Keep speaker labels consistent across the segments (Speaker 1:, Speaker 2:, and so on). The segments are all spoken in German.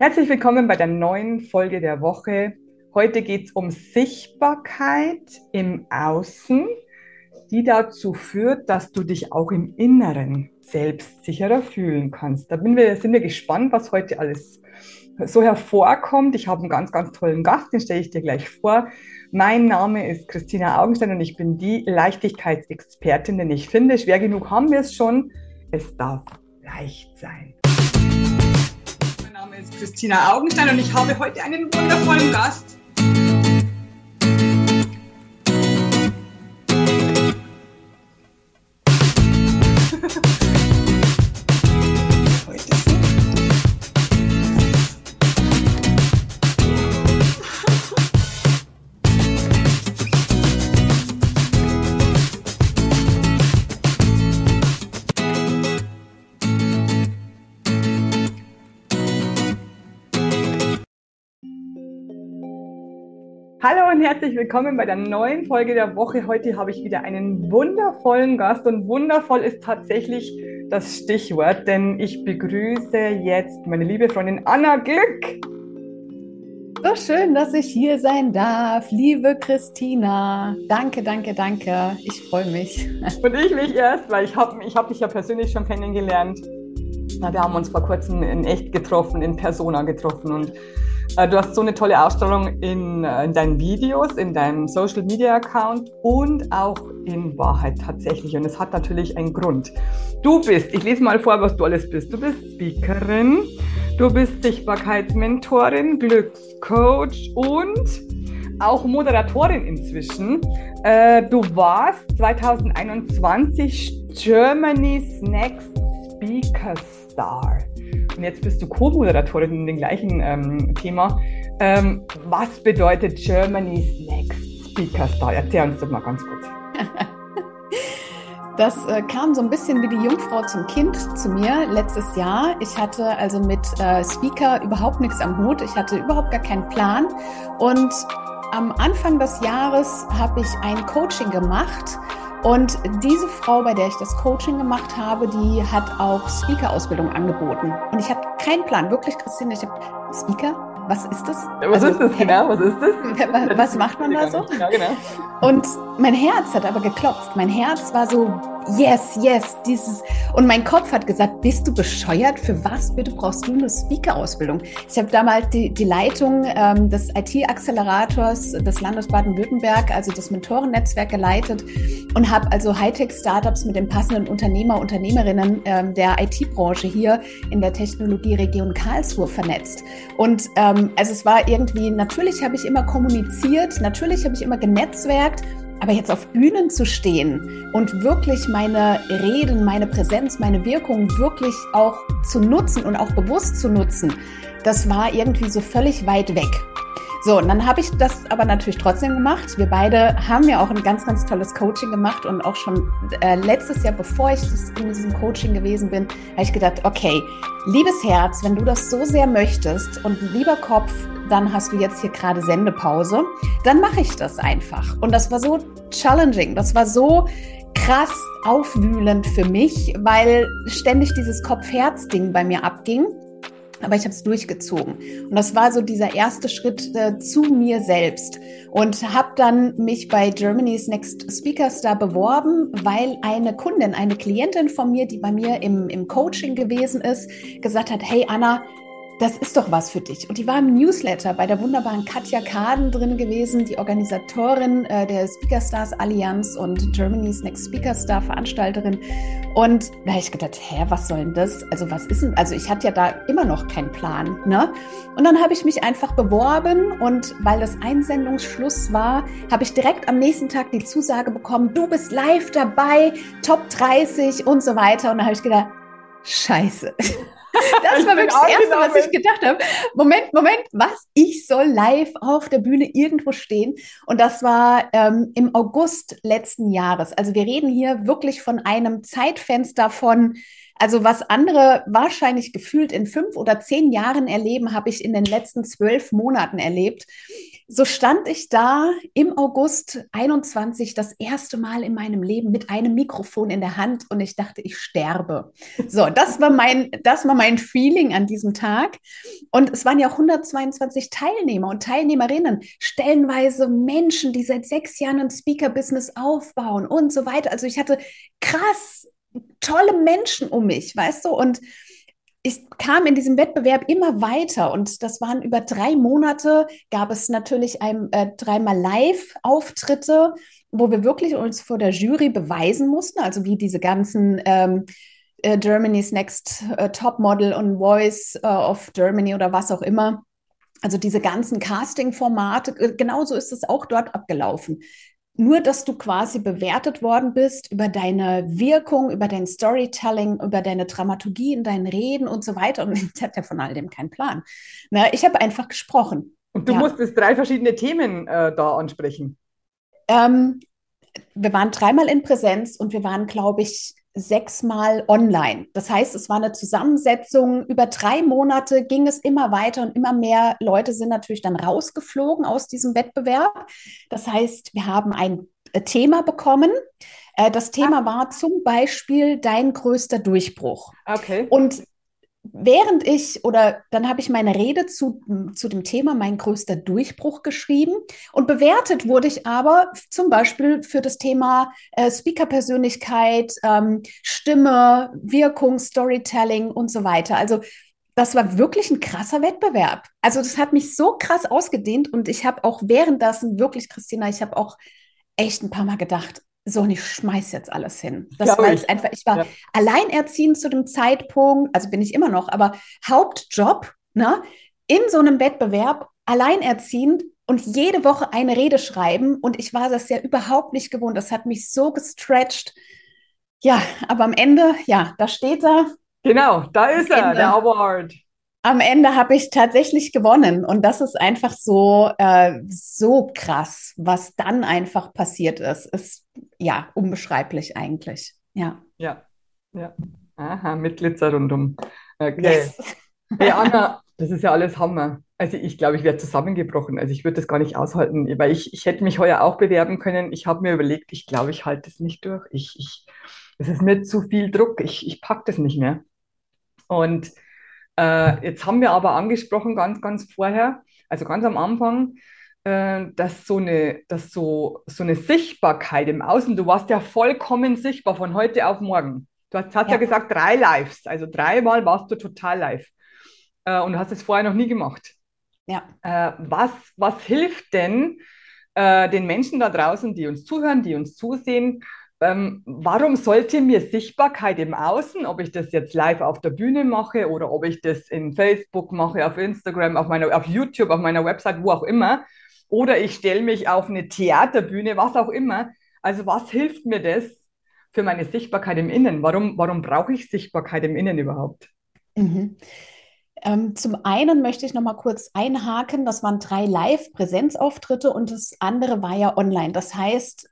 Speaker 1: Herzlich willkommen bei der neuen Folge der Woche. Heute geht es um Sichtbarkeit im Außen, die dazu führt, dass du dich auch im Inneren selbstsicherer fühlen kannst. Sind wir gespannt, was heute alles so hervorkommt. Ich habe einen ganz, ganz tollen Gast, den stelle ich dir gleich vor. Mein Name ist Christina Augenstein und ich bin die Leichtigkeitsexpertin, denn ich finde, schwer genug haben wir es schon. Es darf leicht sein. Mein Name ist Christina Augenstein und ich habe heute einen wundervollen Gast. Hallo und herzlich willkommen bei der neuen Folge der Woche. Heute habe ich wieder einen wundervollen Gast und wundervoll ist tatsächlich das Stichwort, denn ich begrüße jetzt meine liebe Freundin Anna Glück.
Speaker 2: So schön, dass ich hier sein darf, liebe Christina. Danke, danke, danke. Ich freue mich.
Speaker 1: Und ich mich erst, weil ich hab dich ja persönlich schon kennengelernt. Wir haben uns vor kurzem in echt getroffen, in Persona getroffen und du hast so eine tolle Ausstrahlung in deinen Videos, in deinem Social Media Account und auch in Wahrheit tatsächlich. Und es hat natürlich einen Grund. Ich lese mal vor, was du alles bist. Du bist Speakerin, du bist Sichtbarkeitsmentorin, Glückscoach und auch Moderatorin inzwischen. Du warst 2021 Germany's Next Speaker Star. Und jetzt bist du Co-Moderatorin in dem gleichen Thema. Was bedeutet Germany's Next Speaker Star? Erzähl uns das mal ganz kurz.
Speaker 2: Das kam so ein bisschen wie die Jungfrau zum Kind zu mir letztes Jahr. Ich hatte also mit Speaker überhaupt nichts am Hut. Ich hatte überhaupt gar keinen Plan. Und am Anfang des Jahres habe ich ein Coaching gemacht. Und diese Frau, bei der ich das Coaching gemacht habe, die hat auch Speaker-Ausbildung angeboten. Und ich hatte keinen Plan, wirklich, Christine, ich habe Speaker? Was ist das?
Speaker 1: Was ist das genau? Was ist das?
Speaker 2: Was macht man da so?
Speaker 1: Ja, genau.
Speaker 2: Und mein Herz hat aber geklopft. Mein Herz war so, yes, dieses. Und mein Kopf hat gesagt, bist du bescheuert? Für was bitte brauchst du eine Speaker-Ausbildung? Ich habe damals die Leitung des IT-Accelerators des Landes Baden-Württemberg, also das Mentorennetzwerk geleitet und habe also Hightech-Startups mit den passenden Unternehmerinnen der IT-Branche hier in der Technologieregion Karlsruhe vernetzt. Und also es war irgendwie, natürlich habe ich immer kommuniziert, natürlich habe ich immer genetzwerkt, aber jetzt auf Bühnen zu stehen und wirklich meine Reden, meine Präsenz, meine Wirkung wirklich auch zu nutzen und auch bewusst zu nutzen, das war irgendwie so völlig weit weg. So, und dann habe ich das aber natürlich trotzdem gemacht. Wir beide haben ja auch ein ganz, ganz tolles Coaching gemacht und auch schon letztes Jahr, bevor ich in diesem Coaching gewesen bin, habe ich gedacht, okay, liebes Herz, wenn du das so sehr möchtest und lieber Kopf, dann hast du jetzt hier gerade Sendepause, dann mache ich das einfach. Und das war so challenging, das war so krass aufwühlend für mich, weil ständig dieses Kopf-Herz-Ding bei mir abging. Aber ich habe es durchgezogen. Und das war so dieser erste Schritt zu mir selbst. Und habe dann mich bei Germany's Next Speaker Star beworben, weil eine Kundin, eine Klientin von mir, die bei mir im Coaching gewesen ist, gesagt hat, hey Anna, das ist doch was für dich. Und die war im Newsletter bei der wunderbaren Katja Kaden drin gewesen, die Organisatorin der Speaker Stars Allianz und Germany's Next Speaker Star Veranstalterin. Und da habe ich gedacht, was soll denn das? Also was ist denn, also ich hatte ja da immer noch keinen Plan, ne? Und dann habe ich mich einfach beworben und weil das Einsendungsschluss war, habe ich direkt am nächsten Tag die Zusage bekommen, du bist live dabei, Top 30 und so weiter. Und da habe ich gedacht, Scheiße. Das war wirklich das Erste, was ich gedacht habe. Moment, was? Ich soll live auf der Bühne irgendwo stehen. Und das war im August letzten Jahres. Also wir reden hier wirklich von einem Zeitfenster von, also was andere wahrscheinlich gefühlt in 5 oder 10 Jahren erleben, habe ich in den letzten 12 Monaten erlebt. so stand ich da im August 21 das erste Mal in meinem Leben mit einem Mikrofon in der Hand und ich dachte, ich sterbe. So, das war mein Feeling an diesem Tag. Und es waren ja auch 122 Teilnehmer und Teilnehmerinnen, stellenweise Menschen, die seit 6 Jahren ein Speaker-Business aufbauen und so weiter. Also ich hatte krass tolle Menschen um mich, weißt du? Und ich kam in diesem Wettbewerb immer weiter und das waren über 3 Monate, gab es natürlich dreimal Live-Auftritte, wo wir wirklich uns vor der Jury beweisen mussten, also wie diese ganzen Germany's Next Top Model und Voice of Germany oder was auch immer. Also diese ganzen Casting-Formate, genauso ist es auch dort abgelaufen. Nur, dass du quasi bewertet worden bist über deine Wirkung, über dein Storytelling, über deine Dramaturgie in deinen Reden und so weiter. Und ich hatte ja von all dem keinen Plan. Na, ich habe einfach gesprochen.
Speaker 1: Und du musstest 3 verschiedene Themen da ansprechen.
Speaker 2: Ähm, Wir waren 3-mal in Präsenz und wir waren, glaube ich, 6-mal online. Das heißt, es war eine Zusammensetzung. Über 3 Monate ging es immer weiter und immer mehr Leute sind natürlich dann rausgeflogen aus diesem Wettbewerb. Das heißt, wir haben ein Thema bekommen. Das Thema war zum Beispiel dein größter Durchbruch.
Speaker 1: Okay.
Speaker 2: Und dann habe ich meine Rede zu dem Thema mein größter Durchbruch geschrieben und bewertet wurde ich aber zum Beispiel für das Thema Speaker-Persönlichkeit, Stimme, Wirkung, Storytelling und so weiter. Also das war wirklich ein krasser Wettbewerb. Also das hat mich so krass ausgedehnt und ich habe auch währenddessen wirklich, Christina, ich habe auch echt ein paar Mal gedacht, so, und ich schmeiß jetzt alles hin. Das war jetzt einfach, ich war alleinerziehend zu dem Zeitpunkt, also bin ich immer noch, aber Hauptjob, ne, in so einem Wettbewerb, alleinerziehend und jede Woche eine Rede schreiben und ich war das ja überhaupt nicht gewohnt. Das hat mich so gestretched. Ja, aber am Ende, ja, da steht er.
Speaker 1: Genau, da ist er, der Award.
Speaker 2: Am Ende habe ich tatsächlich gewonnen und das ist einfach so krass, was dann einfach passiert ist. Ist ja unbeschreiblich eigentlich. Ja.
Speaker 1: Ja, ja. Aha, mit Glitzer rundum. Okay.
Speaker 2: Yes.
Speaker 1: Hey Anna, das ist ja alles Hammer. Also ich glaube, ich wäre zusammengebrochen. Also ich würde das gar nicht aushalten, weil ich hätte mich heuer auch bewerben können. Ich habe mir überlegt, ich glaube, ich halte das nicht durch. Es ist mir zu viel Druck. Ich packe das nicht mehr. Und jetzt haben wir aber angesprochen, ganz vorher, also ganz am Anfang, dass so eine Sichtbarkeit im Außen, du warst ja vollkommen sichtbar von heute auf morgen. Du hast ja gesagt, 3 Lives, also 3-mal warst du total live. Und du hast es vorher noch nie gemacht.
Speaker 2: Ja.
Speaker 1: Was hilft denn den Menschen da draußen, die uns zuhören, die uns zusehen, warum sollte mir Sichtbarkeit im Außen, ob ich das jetzt live auf der Bühne mache oder ob ich das in Facebook mache, auf Instagram, auf YouTube, auf meiner Website, wo auch immer, oder ich stelle mich auf eine Theaterbühne, was auch immer. Also was hilft mir das für meine Sichtbarkeit im Innen? Warum brauche ich Sichtbarkeit im Innen überhaupt?
Speaker 2: Mhm. Zum einen möchte ich noch mal kurz einhaken, das waren 3 Live-Präsenzauftritte und das andere war ja online. Das heißt,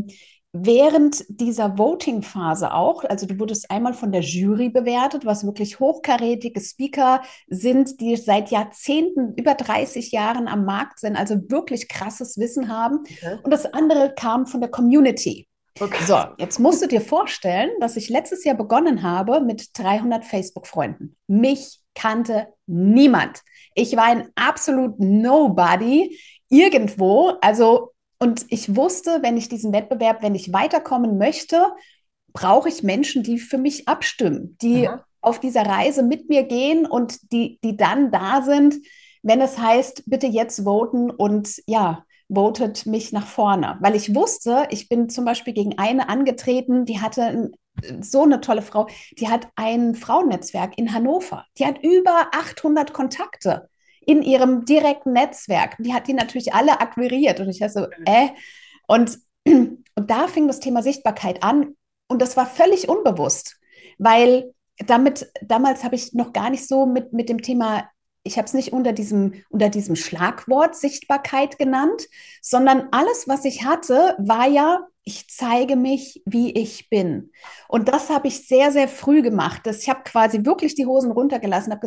Speaker 2: während dieser Voting-Phase auch, also du wurdest einmal von der Jury bewertet, was wirklich hochkarätige Speaker sind, die seit Jahrzehnten, über 30 Jahren am Markt sind, also wirklich krasses Wissen haben.
Speaker 1: Okay.
Speaker 2: Und das andere kam von der Community.
Speaker 1: Okay.
Speaker 2: So, jetzt musst du dir vorstellen, dass ich letztes Jahr begonnen habe mit 300 Facebook-Freunden. Mich kannte niemand. Ich war ein absolut Nobody irgendwo. Also, und ich wusste, wenn ich diesen Wettbewerb, wenn ich weiterkommen möchte, brauche ich Menschen, die für mich abstimmen, die auf dieser Reise mit mir gehen und die dann da sind, wenn es heißt, bitte jetzt voten und ja, votet mich nach vorne. Weil ich wusste, ich bin zum Beispiel gegen eine angetreten, die hatte so eine tolle Frau, die hat ein Frauennetzwerk in Hannover. Die hat über 800 Kontakte in ihrem direkten Netzwerk. Die hat die natürlich alle akquiriert. Und ich war so, Und da fing das Thema Sichtbarkeit an. Und das war völlig unbewusst, weil damals habe ich noch gar nicht so mit dem Thema, ich habe es nicht unter diesem Schlagwort Sichtbarkeit genannt, sondern alles, was ich hatte, war ja, ich zeige mich, wie ich bin. Und das habe ich sehr, sehr früh gemacht. Ich habe quasi wirklich die Hosen runtergelassen, habe gesagt,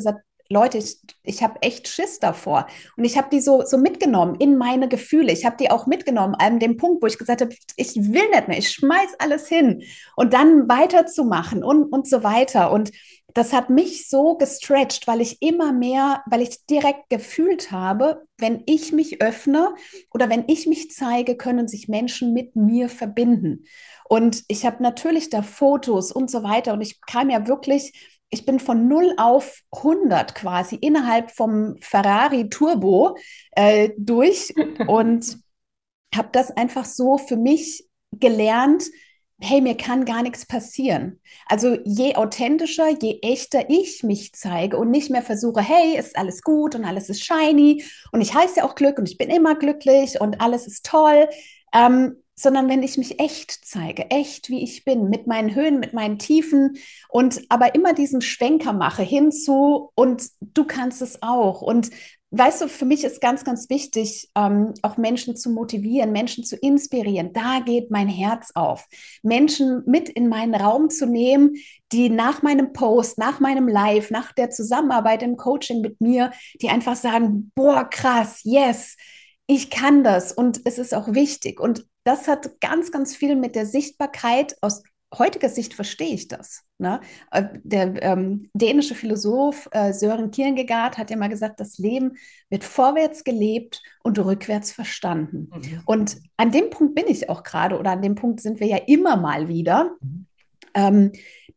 Speaker 2: Leute, ich habe echt Schiss davor. Und ich habe die so mitgenommen in meine Gefühle. Ich habe die auch mitgenommen an dem Punkt, wo ich gesagt habe, ich will nicht mehr, ich schmeiß alles hin und dann weiterzumachen und so weiter. Und das hat mich so gestretched, weil ich direkt gefühlt habe, wenn ich mich öffne oder wenn ich mich zeige, können sich Menschen mit mir verbinden. Und ich habe natürlich da Fotos und so weiter. Und ich kam ja wirklich, ich bin von 0 auf 100 quasi innerhalb vom Ferrari Turbo durch und habe das einfach so für mich gelernt, hey, mir kann gar nichts passieren. Also je authentischer, je echter ich mich zeige und nicht mehr versuche, hey, ist alles gut und alles ist shiny und ich heiße ja auch Glück und ich bin immer glücklich und alles ist toll, sondern wenn ich mich echt zeige, echt wie ich bin, mit meinen Höhen, mit meinen Tiefen und aber immer diesen Schwenker mache hinzu und du kannst es auch. Und weißt du, für mich ist ganz, ganz wichtig, auch Menschen zu motivieren, Menschen zu inspirieren. Da geht mein Herz auf. Menschen mit in meinen Raum zu nehmen, die nach meinem Post, nach meinem Live, nach der Zusammenarbeit im Coaching mit mir, die einfach sagen, boah, krass, yes, ich kann das und es ist auch wichtig. Und das hat ganz, ganz viel mit der Sichtbarkeit aus heutiger Sicht verstehe ich das. Ne? Der dänische Philosoph Søren Kierkegaard hat ja mal gesagt, das Leben wird vorwärts gelebt und rückwärts verstanden.
Speaker 1: Mhm.
Speaker 2: Und an dem Punkt bin ich auch gerade oder an dem Punkt sind wir ja immer mal wieder. Ähm,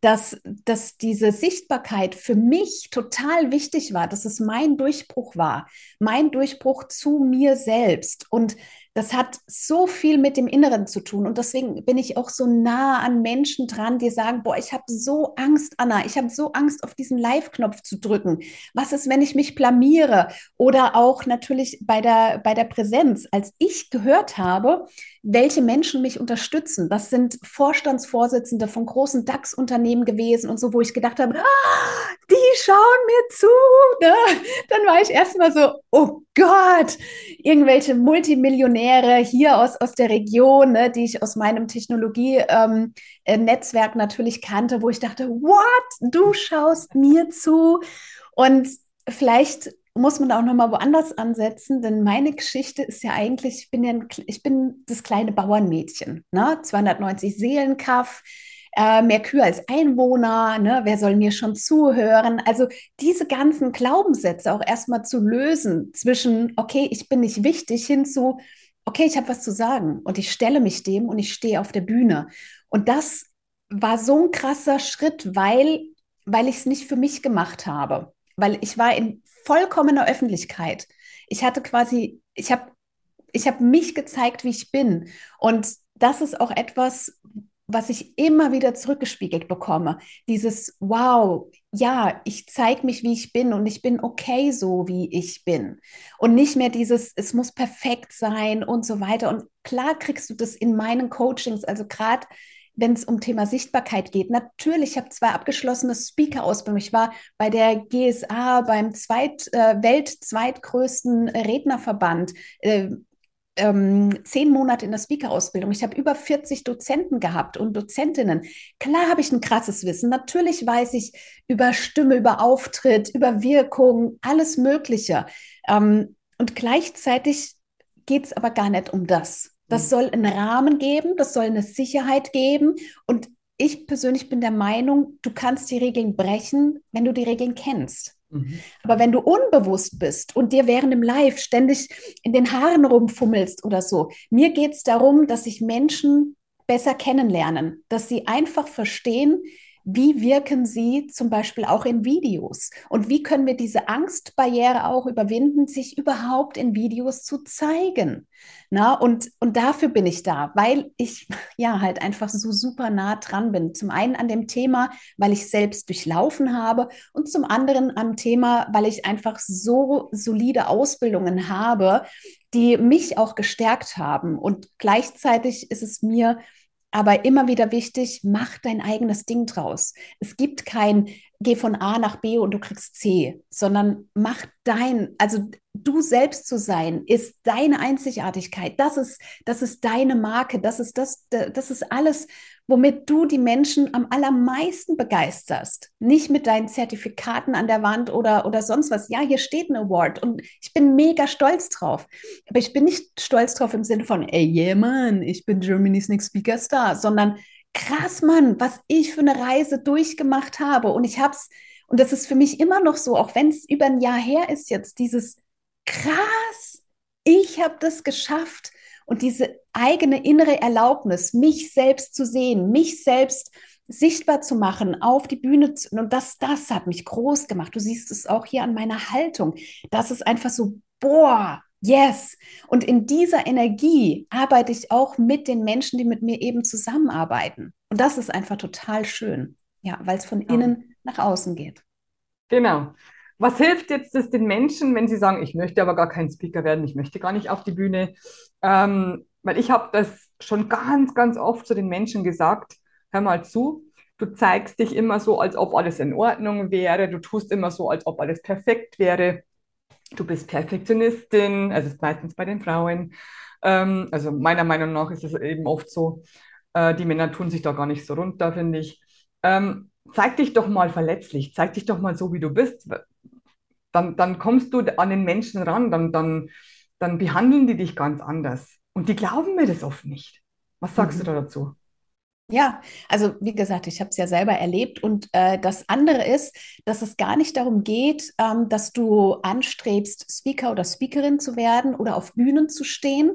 Speaker 2: dass diese Sichtbarkeit für mich total wichtig war, dass es mein Durchbruch war, mein Durchbruch zu mir selbst. Und das hat so viel mit dem Inneren zu tun. Und deswegen bin ich auch so nah an Menschen dran, die sagen, boah, ich habe so Angst, Anna, ich habe so Angst, auf diesen Live-Knopf zu drücken. Was ist, wenn ich mich blamiere? Oder auch natürlich bei der Präsenz. Als ich gehört habe, welche Menschen mich unterstützen. Das sind Vorstandsvorsitzende von großen DAX-Unternehmen gewesen und so, wo ich gedacht habe, ah, die schauen mir zu. Ne? Dann war ich erstmal so, oh Gott, irgendwelche Multimillionäre hier aus der Region, ne, die ich aus meinem Technologie-Netzwerk natürlich kannte, wo ich dachte, what, du schaust mir zu? Und vielleicht muss man auch noch mal woanders ansetzen, denn meine Geschichte ist ja eigentlich, ich bin das kleine Bauernmädchen, ne? 290 Seelenkaff, mehr Kühe als Einwohner, ne? Wer soll mir schon zuhören? Also diese ganzen Glaubenssätze auch erstmal zu lösen zwischen, okay, ich bin nicht wichtig, hin zu, okay, ich habe was zu sagen und ich stelle mich dem und ich stehe auf der Bühne. Und das war so ein krasser Schritt, weil ich es nicht für mich gemacht habe, weil ich war in vollkommener Öffentlichkeit. Ich hatte quasi, ich habe mich gezeigt, wie ich bin. Und das ist auch etwas, was ich immer wieder zurückgespiegelt bekomme. Dieses, wow, ja, ich zeige mich, wie ich bin und ich bin okay so, wie ich bin. Und nicht mehr dieses, es muss perfekt sein und so weiter. Und klar kriegst du das in meinen Coachings, also gerade wenn es um Thema Sichtbarkeit geht. Natürlich, ich habe 2 abgeschlossene Speaker-Ausbildungen. Ich war bei der GSA, beim weltzweitgrößten Rednerverband. 10 Monate in der Speaker-Ausbildung. Ich habe über 40 Dozenten gehabt und Dozentinnen. Klar habe ich ein krasses Wissen. Natürlich weiß ich über Stimme, über Auftritt, über Wirkung, alles Mögliche. Und gleichzeitig geht es aber gar nicht um das. Das soll einen Rahmen geben, das soll eine Sicherheit geben. Und ich persönlich bin der Meinung, du kannst die Regeln brechen, wenn du die Regeln kennst.
Speaker 1: Mhm.
Speaker 2: Aber wenn du unbewusst bist und dir während dem Live ständig in den Haaren rumfummelst oder so, mir geht es darum, dass sich Menschen besser kennenlernen, dass sie einfach verstehen, wie wirken sie zum Beispiel auch in Videos und wie können wir diese Angstbarriere auch überwinden, sich überhaupt in Videos zu zeigen. Na, und dafür bin ich da, weil ich ja halt einfach so super nah dran bin. Zum einen an dem Thema, weil ich selbst durchlaufen habe und zum anderen am Thema, weil ich einfach so solide Ausbildungen habe, die mich auch gestärkt haben. Und gleichzeitig ist es mir aber immer wieder wichtig, mach dein eigenes Ding draus. Es gibt kein, geh von A nach B und du kriegst C, sondern mach also du selbst zu sein, ist deine Einzigartigkeit. Das ist deine Marke. Das ist alles, womit du die Menschen am allermeisten begeisterst. Nicht mit deinen Zertifikaten an der Wand oder sonst was. Ja, hier steht ein Award und ich bin mega stolz drauf. Aber ich bin nicht stolz drauf im Sinne von, ey, yeah, Mann, ich bin Germany's Next Speaker Star, sondern krass, Mann, was ich für eine Reise durchgemacht habe. Und ich hab's, und das ist für mich immer noch so, auch wenn es über ein Jahr her ist jetzt, dieses krass, ich habe das geschafft. Und diese eigene innere Erlaubnis, mich selbst zu sehen, mich selbst sichtbar zu machen, auf die Bühne zu, und das hat mich groß gemacht. Du siehst es auch hier an meiner Haltung. Das ist einfach so, boah, yes. Und in dieser Energie arbeite ich auch mit den Menschen, die mit mir eben zusammenarbeiten. Und das ist einfach total schön. Ja, weil es von
Speaker 1: Ja.
Speaker 2: innen nach außen geht.
Speaker 1: Genau. Was hilft jetzt es den Menschen, wenn sie sagen, ich möchte aber gar kein Speaker werden, ich möchte gar nicht auf die Bühne? Weil ich habe das schon ganz, ganz oft zu den Menschen gesagt, hör mal zu, du zeigst dich immer so, als ob alles in Ordnung wäre, du tust immer so, als ob alles perfekt wäre, du bist Perfektionistin, also ist meistens bei den Frauen. Also meiner Meinung nach ist es eben oft so, die Männer tun sich da gar nicht so runter, finde ich. Zeig dich doch mal verletzlich, zeig dich doch mal so, wie du bist. Dann kommst du an den Menschen ran, dann behandeln die dich ganz anders. Und die glauben mir das oft nicht. Was sagst du da
Speaker 2: Mhm.
Speaker 1: dazu?
Speaker 2: Ja, also wie gesagt, ich habe es ja selber erlebt und das andere ist, dass es gar nicht darum geht, dass du anstrebst, Speaker oder Speakerin zu werden oder auf Bühnen zu stehen,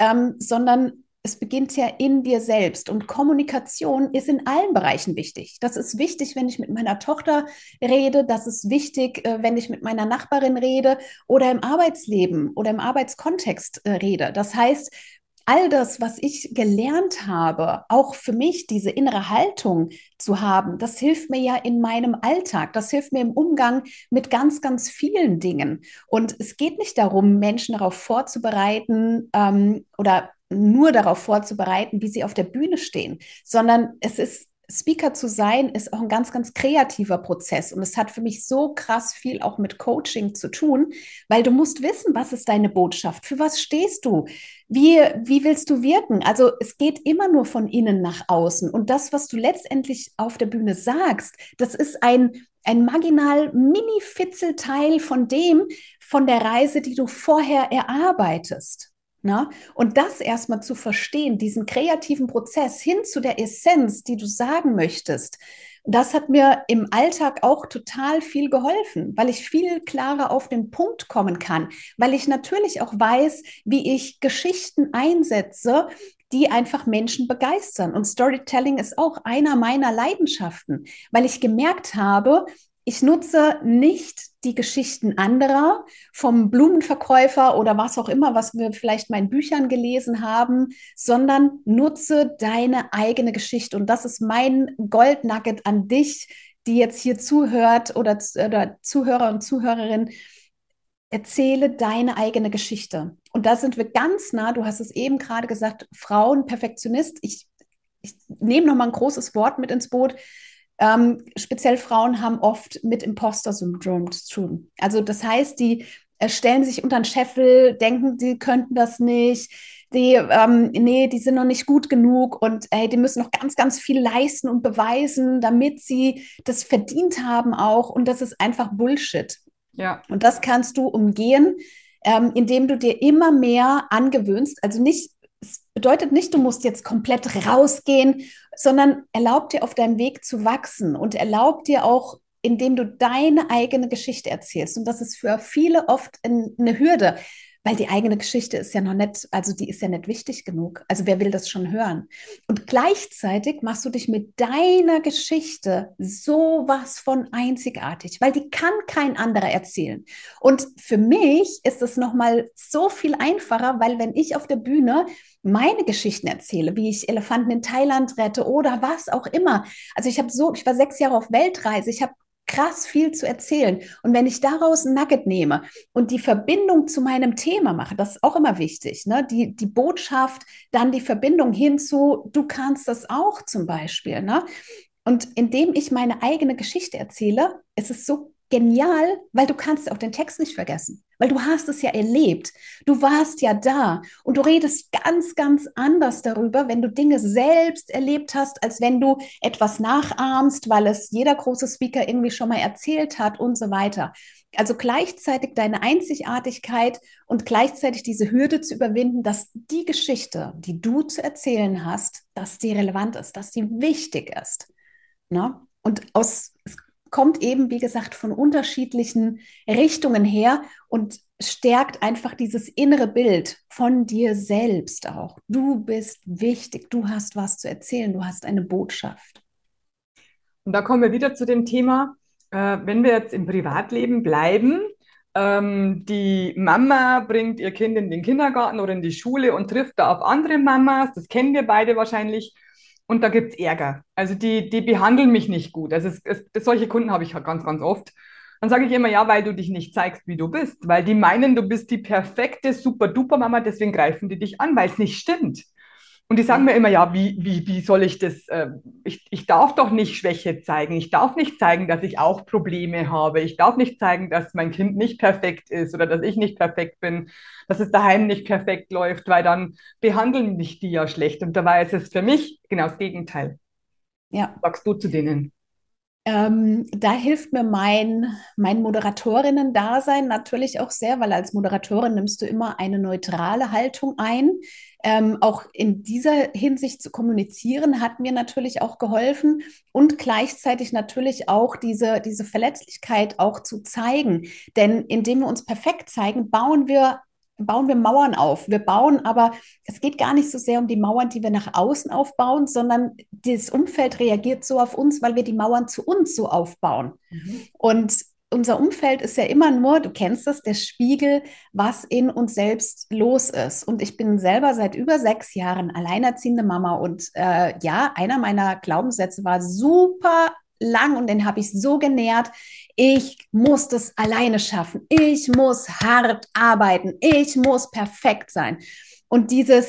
Speaker 2: sondern es beginnt ja in dir selbst und Kommunikation ist in allen Bereichen wichtig. Das ist wichtig, wenn ich mit meiner Tochter rede, das ist wichtig, wenn ich mit meiner Nachbarin rede oder im Arbeitsleben oder im Arbeitskontext rede. Das heißt, all das, was ich gelernt habe, auch für mich diese innere Haltung zu haben, das hilft mir ja in meinem Alltag, das hilft mir im Umgang mit ganz, ganz vielen Dingen. Und es geht nicht darum, Menschen darauf vorzubereiten oder nur darauf vorzubereiten, wie sie auf der Bühne stehen, sondern es ist Speaker zu sein, ist auch ein ganz, ganz kreativer Prozess. Und es hat für mich so krass viel auch mit Coaching zu tun, weil du musst wissen, was ist deine Botschaft, für was stehst du, wie willst du wirken? Also es geht immer nur von innen nach außen. Und das, was du letztendlich auf der Bühne sagst, das ist ein marginal Mini-Fitzelteil von dem, von der Reise, die du vorher erarbeitest. Na? Und das erstmal zu verstehen, diesen kreativen Prozess hin zu der Essenz, die du sagen möchtest, das hat mir im Alltag auch total viel geholfen, weil ich viel klarer auf den Punkt kommen kann, weil ich natürlich auch weiß, wie ich Geschichten einsetze, die einfach Menschen begeistern. Und Storytelling ist auch einer meiner Leidenschaften, weil ich gemerkt habe, ich nutze nicht die Geschichten anderer vom Blumenverkäufer oder was auch immer, was wir vielleicht mal in Büchern gelesen haben, sondern nutze deine eigene Geschichte. Und das ist mein Goldnugget an dich, die jetzt hier zuhört oder Zuhörer und Zuhörerin. Erzähle deine eigene Geschichte. Und da sind wir ganz nah, du hast es eben gerade gesagt, Frauen, Perfektionist. Ich nehme nochmal ein großes Wort mit ins Boot. Speziell Frauen haben oft mit Imposter-Syndrom zu tun. Also das heißt, die stellen sich unter den Scheffel, denken, die könnten das nicht, nee, die sind noch nicht gut genug und die müssen noch ganz, ganz viel leisten und beweisen, damit sie das verdient haben auch. Und das ist einfach Bullshit.
Speaker 1: Ja,
Speaker 2: Und das kannst du umgehen, indem du dir immer mehr angewöhnst. Also nicht, es bedeutet nicht, du musst jetzt komplett rausgehen, sondern erlaub dir auf deinem Weg zu wachsen und erlaub dir auch, indem du deine eigene Geschichte erzählst. Und das ist für viele oft eine Hürde, weil die eigene Geschichte ist ja noch nicht, also die ist ja nicht wichtig genug. Also wer will das schon hören? Und gleichzeitig machst du dich mit deiner Geschichte sowas von einzigartig, weil die kann kein anderer erzählen. Und für mich ist es nochmal so viel einfacher, weil wenn ich auf der Bühne meine Geschichten erzähle, wie ich Elefanten in Thailand rette oder was auch immer. Also ich war 6 Jahre auf Weltreise, ich habe krass viel zu erzählen. Und wenn ich daraus ein Nugget nehme und die Verbindung zu meinem Thema mache, das ist auch immer wichtig, ne? Die Botschaft, dann die Verbindung hinzu, du kannst das auch zum Beispiel, ne? Und indem ich meine eigene Geschichte erzähle, ist es so genial, weil du kannst auch den Text nicht vergessen, weil du hast es ja erlebt. Du warst ja da und du redest ganz, ganz anders darüber, wenn du Dinge selbst erlebt hast, als wenn du etwas nachahmst, weil es jeder große Speaker irgendwie schon mal erzählt hat und so weiter. Also gleichzeitig deine Einzigartigkeit und gleichzeitig diese Hürde zu überwinden, dass die Geschichte, die du zu erzählen hast, dass die relevant ist, dass die wichtig ist. Ne? Es kommt eben, wie gesagt, von unterschiedlichen Richtungen her und stärkt einfach dieses innere Bild von dir selbst auch. Du bist wichtig, du hast was zu erzählen, du hast eine Botschaft.
Speaker 1: Und da kommen wir wieder zu dem Thema, wenn wir jetzt im Privatleben bleiben, die Mama bringt ihr Kind in den Kindergarten oder in die Schule und trifft da auf andere Mamas, das kennen wir beide wahrscheinlich, und da gibt es Ärger. Also die behandeln mich nicht gut. Also solche Kunden habe ich halt ganz, ganz oft. Dann sage ich immer, ja, weil du dich nicht zeigst, wie du bist, weil die meinen, du bist die perfekte, super-duper Mama, deswegen greifen die dich an, weil es nicht stimmt. Und die sagen
Speaker 2: Ja.
Speaker 1: mir immer, ja, wie soll ich das, ich darf doch nicht Schwäche zeigen, ich darf nicht zeigen, dass ich auch Probleme habe, ich darf nicht zeigen, dass mein Kind nicht perfekt ist oder dass ich nicht perfekt bin, dass es daheim nicht perfekt läuft, weil dann behandeln mich die ja schlecht. Und dabei ist es für mich genau das Gegenteil.
Speaker 2: Ja.
Speaker 1: Was sagst du zu denen?
Speaker 2: Da hilft mir mein Moderatorinnen-Dasein natürlich auch sehr, weil als Moderatorin nimmst du immer eine neutrale Haltung ein. Auch in dieser Hinsicht zu kommunizieren, hat mir natürlich auch geholfen und gleichzeitig natürlich auch diese Verletzlichkeit auch zu zeigen. Denn indem wir uns perfekt zeigen, bauen wir Mauern auf. Wir bauen aber, es geht gar nicht so sehr um die Mauern, die wir nach außen aufbauen, sondern das Umfeld reagiert so auf uns, weil wir die Mauern zu uns so aufbauen.
Speaker 1: Mhm.
Speaker 2: Und unser Umfeld ist ja immer nur, du kennst es, der Spiegel, was in uns selbst los ist. Und ich bin selber seit über 6 Jahren alleinerziehende Mama. Und ja, einer meiner Glaubenssätze war super lang und den habe ich so genährt. Ich muss das alleine schaffen. Ich muss hart arbeiten. Ich muss perfekt sein. Und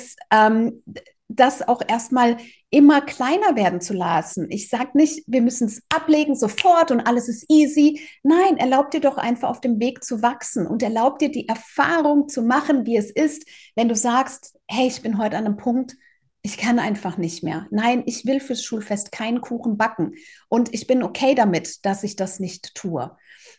Speaker 2: das auch erstmal immer kleiner werden zu lassen. Ich sage nicht, wir müssen es ablegen sofort und alles ist easy. Nein, erlaub dir doch einfach auf dem Weg zu wachsen und erlaub dir die Erfahrung zu machen, wie es ist, wenn du sagst, hey, ich bin heute an einem Punkt, ich kann einfach nicht mehr. Nein, ich will fürs Schulfest keinen Kuchen backen und ich bin okay damit, dass ich das nicht tue.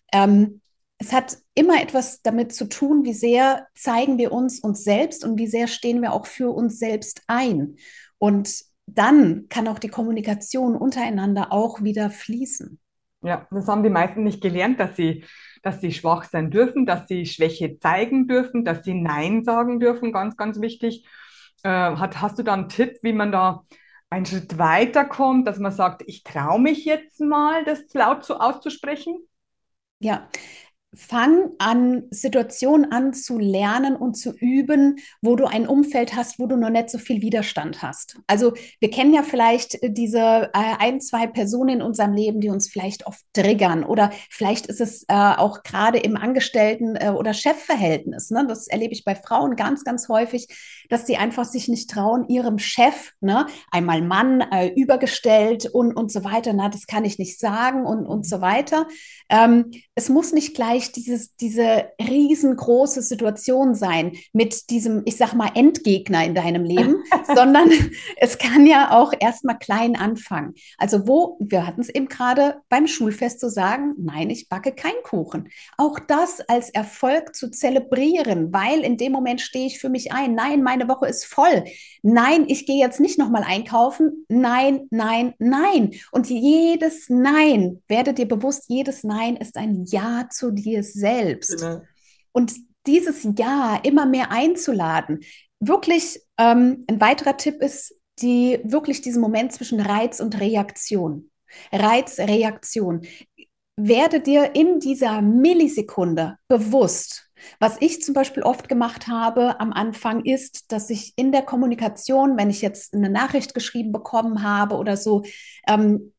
Speaker 2: Es hat immer etwas damit zu tun, wie sehr zeigen wir uns selbst und wie sehr stehen wir auch für uns selbst ein. Und dann kann auch die Kommunikation untereinander auch wieder fließen.
Speaker 1: Ja, das haben die meisten nicht gelernt, dass sie schwach sein dürfen, dass sie Schwäche zeigen dürfen, dass sie Nein sagen dürfen, ganz, ganz wichtig. Hast du da einen Tipp, wie man da einen Schritt weiterkommt, dass man sagt, ich traue mich jetzt mal, das laut so auszusprechen?
Speaker 2: Ja, fang an, Situationen an zu lernen und zu üben, wo du ein Umfeld hast, wo du noch nicht so viel Widerstand hast. Also wir kennen ja vielleicht diese ein, zwei Personen in unserem Leben, die uns vielleicht oft triggern oder vielleicht ist es auch gerade im Angestellten- oder Chefverhältnis. Ne? Das erlebe ich bei Frauen ganz, ganz häufig, dass die einfach sich nicht trauen, ihrem Chef, ne, einmal Mann, übergestellt und so weiter, na, das kann ich nicht sagen und so weiter. Es muss nicht gleich diese riesengroße Situation sein mit diesem, ich sag mal, Endgegner in deinem Leben, sondern es kann ja auch erstmal klein anfangen. Also wir hatten es eben gerade beim Schulfest zu sagen, nein, ich backe keinen Kuchen. Auch das als Erfolg zu zelebrieren, weil in dem Moment stehe ich für mich ein. Nein, meine Woche ist voll. Nein, ich gehe jetzt nicht nochmal einkaufen. Nein, nein, nein. Und jedes Nein, werde dir bewusst, jedes Nein ist ein Ja zu dir selbst.
Speaker 1: Genau.
Speaker 2: Und dieses Ja immer mehr einzuladen. Wirklich, ein weiterer Tipp ist, wirklich diesen Moment zwischen Reiz und Reaktion. Reiz, Reaktion. Werde dir in dieser Millisekunde bewusst. Was ich zum Beispiel oft gemacht habe am Anfang ist, dass ich in der Kommunikation, wenn ich jetzt eine Nachricht geschrieben bekommen habe oder so,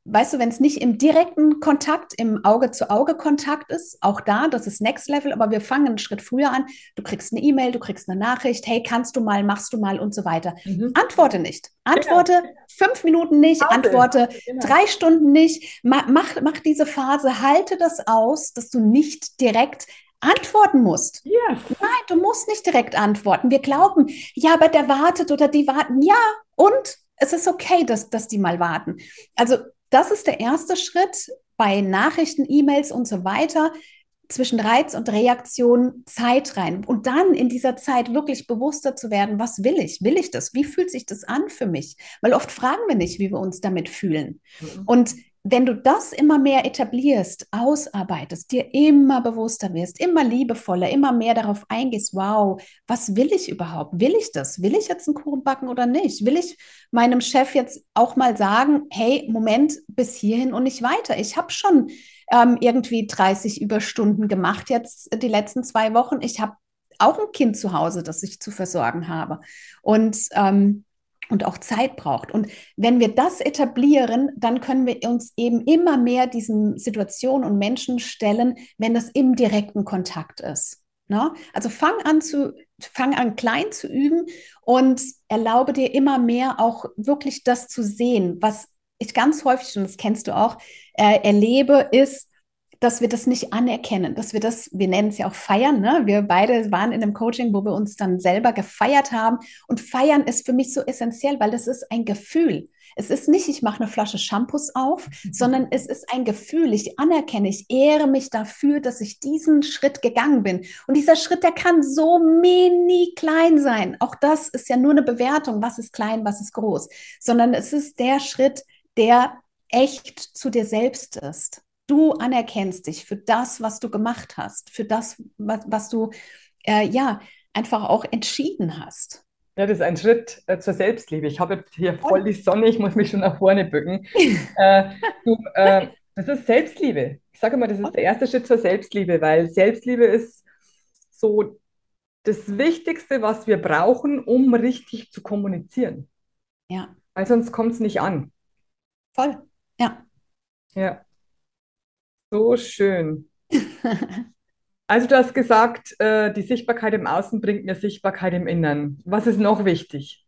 Speaker 2: weißt du, wenn es nicht im direkten Kontakt, im Auge-zu-Auge-Kontakt ist, auch da, das ist Next Level, aber wir fangen einen Schritt früher an. Du kriegst eine E-Mail, du kriegst eine Nachricht, hey, kannst du mal, machst du mal und so weiter. Antworte nicht.
Speaker 1: Genau.
Speaker 2: Antworte 5 Minuten nicht,
Speaker 1: Pause.
Speaker 2: antworte
Speaker 1: Genau.
Speaker 2: 3 Stunden nicht. Mach diese Phase, halte das aus, dass du nicht direkt antworten musst.
Speaker 1: Yes.
Speaker 2: Nein, du musst nicht direkt antworten. Wir glauben, ja, aber der wartet oder die warten. Ja, und es ist okay, dass die mal warten. Also das ist der erste Schritt bei Nachrichten, E-Mails und so weiter. Zwischen Reiz und Reaktion Zeit rein. Und dann in dieser Zeit wirklich bewusster zu werden, was will ich? Will ich das? Wie fühlt sich das an für mich? Weil oft fragen wir nicht, wie wir uns damit fühlen. Und wenn du das immer mehr etablierst, ausarbeitest, dir immer bewusster wirst, immer liebevoller, immer mehr darauf eingehst, wow, was will ich überhaupt? Will ich das? Will ich jetzt einen Kuchen backen oder nicht? Will ich meinem Chef jetzt auch mal sagen, hey, Moment, bis hierhin und nicht weiter? Ich habe schon irgendwie 30 Überstunden gemacht jetzt die letzten 2 Wochen. Ich habe auch ein Kind zu Hause, das ich zu versorgen habe. Und auch Zeit braucht. Und wenn wir das etablieren, dann können wir uns eben immer mehr diesen Situationen und Menschen stellen, wenn das im direkten Kontakt ist. Ne? Also fang an klein zu üben und erlaube dir immer mehr auch wirklich das zu sehen, was ich ganz häufig, und das kennst du auch, erlebe, ist, dass wir das nicht anerkennen, dass wir nennen es ja auch feiern, ne? Wir beide waren in einem Coaching, wo wir uns dann selber gefeiert haben. Und feiern ist für mich so essentiell, weil das ist ein Gefühl. Es ist nicht, ich mache eine Flasche Shampoos auf, sondern es ist ein Gefühl. Ich anerkenne, ich ehre mich dafür, dass ich diesen Schritt gegangen bin. Und dieser Schritt, der kann so mini klein sein. Auch das ist ja nur eine Bewertung, was ist klein, was ist groß. Sondern es ist der Schritt, der echt zu dir selbst ist. Du anerkennst dich für das, was du gemacht hast, für das, was du ja einfach auch entschieden hast.
Speaker 1: Ja, das ist ein Schritt zur Selbstliebe. Ich habe jetzt hier voll die Sonne, ich muss mich schon nach vorne bücken. Äh, das ist Selbstliebe. Ich sage mal, das ist der erste Schritt zur Selbstliebe, weil Selbstliebe ist so das Wichtigste, was wir brauchen, um richtig zu kommunizieren.
Speaker 2: Ja,
Speaker 1: Weil sonst kommt es nicht an.
Speaker 2: voll. Ja.
Speaker 1: Ja, so schön. Also du hast gesagt, die Sichtbarkeit im Außen bringt mir Sichtbarkeit im Innern. Was ist noch wichtig?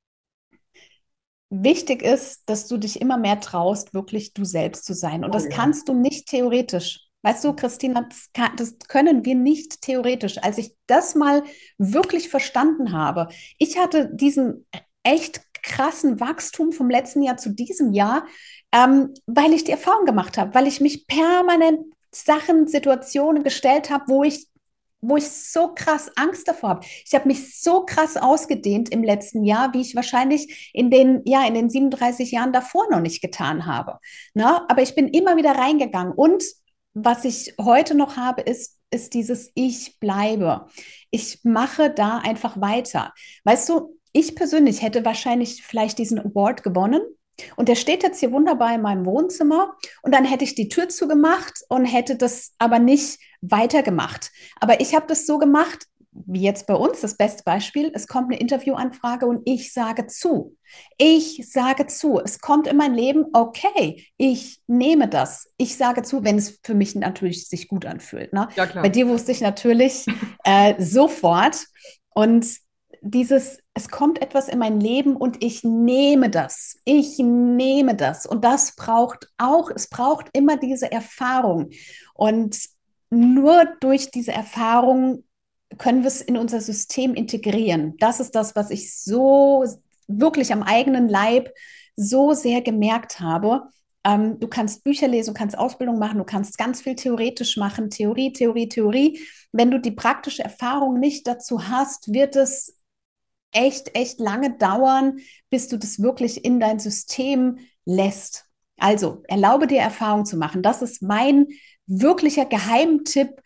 Speaker 2: Wichtig ist, dass du dich immer mehr traust, wirklich du selbst zu sein. Und
Speaker 1: Oh
Speaker 2: das
Speaker 1: ja.
Speaker 2: kannst du nicht theoretisch. Weißt du, Christina, das können wir nicht theoretisch. Als ich das mal wirklich verstanden habe, ich hatte diesen echt krassen Wachstum vom letzten Jahr zu diesem Jahr, weil ich die Erfahrung gemacht habe, weil ich mich permanent Sachen, Situationen gestellt habe, wo ich so krass Angst davor habe. Ich habe mich so krass ausgedehnt im letzten Jahr, wie ich wahrscheinlich in den 37 Jahren davor noch nicht getan habe. Na, aber ich bin immer wieder reingegangen. Und was ich heute noch habe, ist dieses Ich bleibe. Ich mache da einfach weiter. Weißt du, ich persönlich hätte wahrscheinlich vielleicht diesen Award gewonnen. Und der steht jetzt hier wunderbar in meinem Wohnzimmer. Und dann hätte ich die Tür zugemacht und hätte das aber nicht weitergemacht. Aber ich habe das so gemacht, wie jetzt bei uns, das beste Beispiel, es kommt eine Interviewanfrage und ich sage zu. Ich sage zu. Es kommt in mein Leben, okay, ich nehme das. Ich sage zu, wenn es für mich natürlich sich gut anfühlt. Ne?
Speaker 1: Ja,
Speaker 2: Bei
Speaker 1: klar.
Speaker 2: dir wusste ich natürlich sofort. Und es kommt etwas in mein Leben und ich nehme das. Ich nehme das. Und das es braucht immer diese Erfahrung. Und nur durch diese Erfahrung können wir es in unser System integrieren. Das ist das, was ich so wirklich am eigenen Leib so sehr gemerkt habe. Du kannst Bücher lesen, du kannst Ausbildung machen, du kannst ganz viel theoretisch machen, Theorie, Theorie, Theorie. Wenn du die praktische Erfahrung nicht dazu hast, wird es echt, echt lange dauern, bis du das wirklich in dein System lässt. Also erlaube dir Erfahrung zu machen. Das ist mein wirklicher Geheimtipp.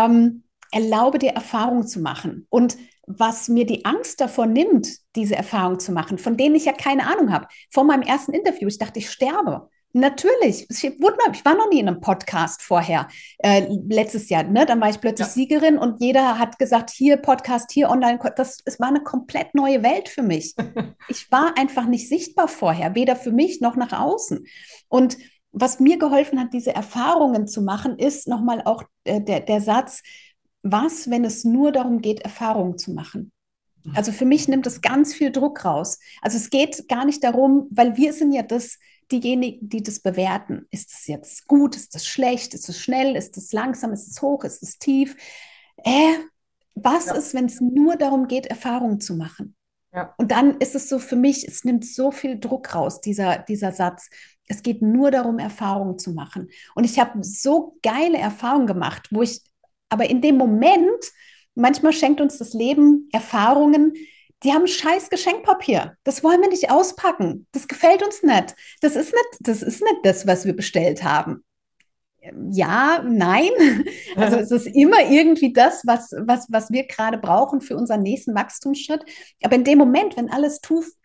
Speaker 2: Erlaube dir Erfahrung zu machen. Und was mir die Angst davor nimmt, diese Erfahrung zu machen, von denen ich ja keine Ahnung habe. Vor meinem ersten Interview, ich dachte, ich sterbe. Natürlich. Ich war noch nie in einem Podcast vorher, letztes Jahr. Ne? Dann war ich plötzlich
Speaker 1: Ja.
Speaker 2: Siegerin und jeder hat gesagt, hier Podcast, hier online. Es war eine komplett neue Welt für mich. Ich war einfach nicht sichtbar vorher, weder für mich noch nach außen. Und was mir geholfen hat, diese Erfahrungen zu machen, ist nochmal auch der Satz, was, wenn es nur darum geht, Erfahrungen zu machen? Also für mich nimmt es ganz viel Druck raus. Also es geht gar nicht darum, weil wir sind ja diejenigen, die das bewerten. Ist es jetzt gut? Ist es schlecht? Ist es schnell? Ist es langsam? Ist es hoch? Ist es tief? Äh, was
Speaker 1: Ja,
Speaker 2: ist, wenn es nur darum geht, Erfahrungen zu machen?
Speaker 1: ja,
Speaker 2: Und dann ist es so für mich, es nimmt so viel Druck raus, dieser Satz. Es geht nur darum, Erfahrungen zu machen. Und ich habe so geile Erfahrungen gemacht, wo ich, aber in dem Moment, manchmal schenkt uns das Leben Erfahrungen, die haben scheiß Geschenkpapier. Das wollen wir nicht auspacken. Das gefällt uns nicht. Das ist nicht das, was wir bestellt haben. Ja, nein. Also es ist immer irgendwie das, was wir gerade brauchen für unseren nächsten Wachstumsschritt. Aber in dem Moment, wenn alles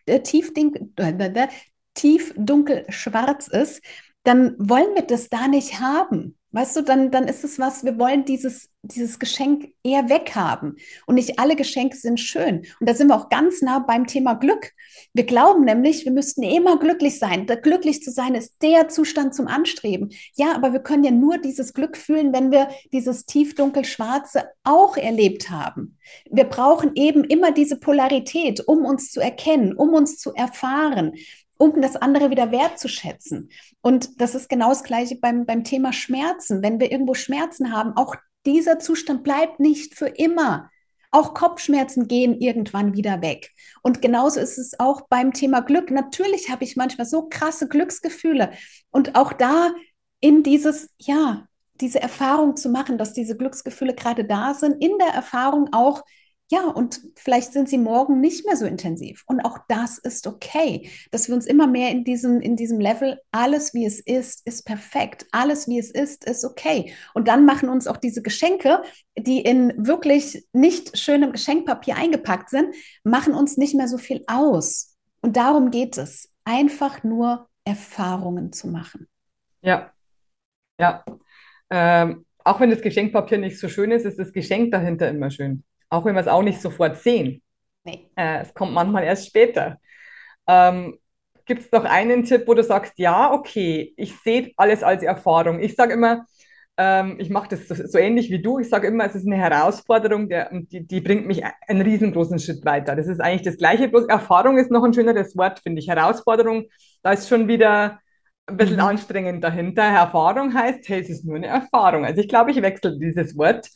Speaker 2: tief dunkel schwarz ist, dann wollen wir das da nicht haben. Weißt du, dann ist es was, wir wollen dieses Geschenk eher weghaben. Und nicht alle Geschenke sind schön. Und da sind wir auch ganz nah beim Thema Glück. Wir glauben nämlich, wir müssten immer glücklich sein. Glücklich zu sein ist der Zustand zum Anstreben. Ja, aber wir können ja nur dieses Glück fühlen, wenn wir dieses tiefdunkel-schwarze auch erlebt haben. Wir brauchen eben immer diese Polarität, um uns zu erkennen, um uns zu erfahren, um das andere wieder wertzuschätzen. Und das ist genau das Gleiche beim Thema Schmerzen. Wenn wir irgendwo Schmerzen haben, auch dieser Zustand bleibt nicht für immer. Auch Kopfschmerzen gehen irgendwann wieder weg. Und genauso ist es auch beim Thema Glück. Natürlich habe ich manchmal so krasse Glücksgefühle. Und auch da in diese Erfahrung zu machen, dass diese Glücksgefühle gerade da sind, in der Erfahrung auch, ja, und vielleicht sind sie morgen nicht mehr so intensiv. Und auch das ist okay, dass wir uns immer mehr in diesem Level, alles wie es ist perfekt. Alles wie es ist okay. Und dann machen uns auch diese Geschenke, die in wirklich nicht schönem Geschenkpapier eingepackt sind, machen uns nicht mehr so viel aus. Und darum geht es, einfach nur Erfahrungen zu machen.
Speaker 1: ja, ja. Auch wenn das Geschenkpapier nicht so schön ist, ist das Geschenk dahinter immer schön. Auch wenn wir es auch nicht sofort sehen.
Speaker 2: Nee.
Speaker 1: Es kommt manchmal erst später. Ähm, Gibt es noch einen Tipp, wo du sagst, ja, okay, ich sehe alles als Erfahrung. Ich sage immer, ich mache das so ähnlich wie du. Ich sage immer, es ist eine Herausforderung, und die bringt mich einen riesengroßen Schritt weiter. Das ist eigentlich das Gleiche, bloß Erfahrung ist noch ein schöneres Wort, finde ich. Herausforderung, da ist schon wieder ein bisschen
Speaker 2: Mhm.
Speaker 1: anstrengend dahinter. Erfahrung heißt, hey, es ist nur eine Erfahrung. Also ich glaube, ich wechsle dieses Wort.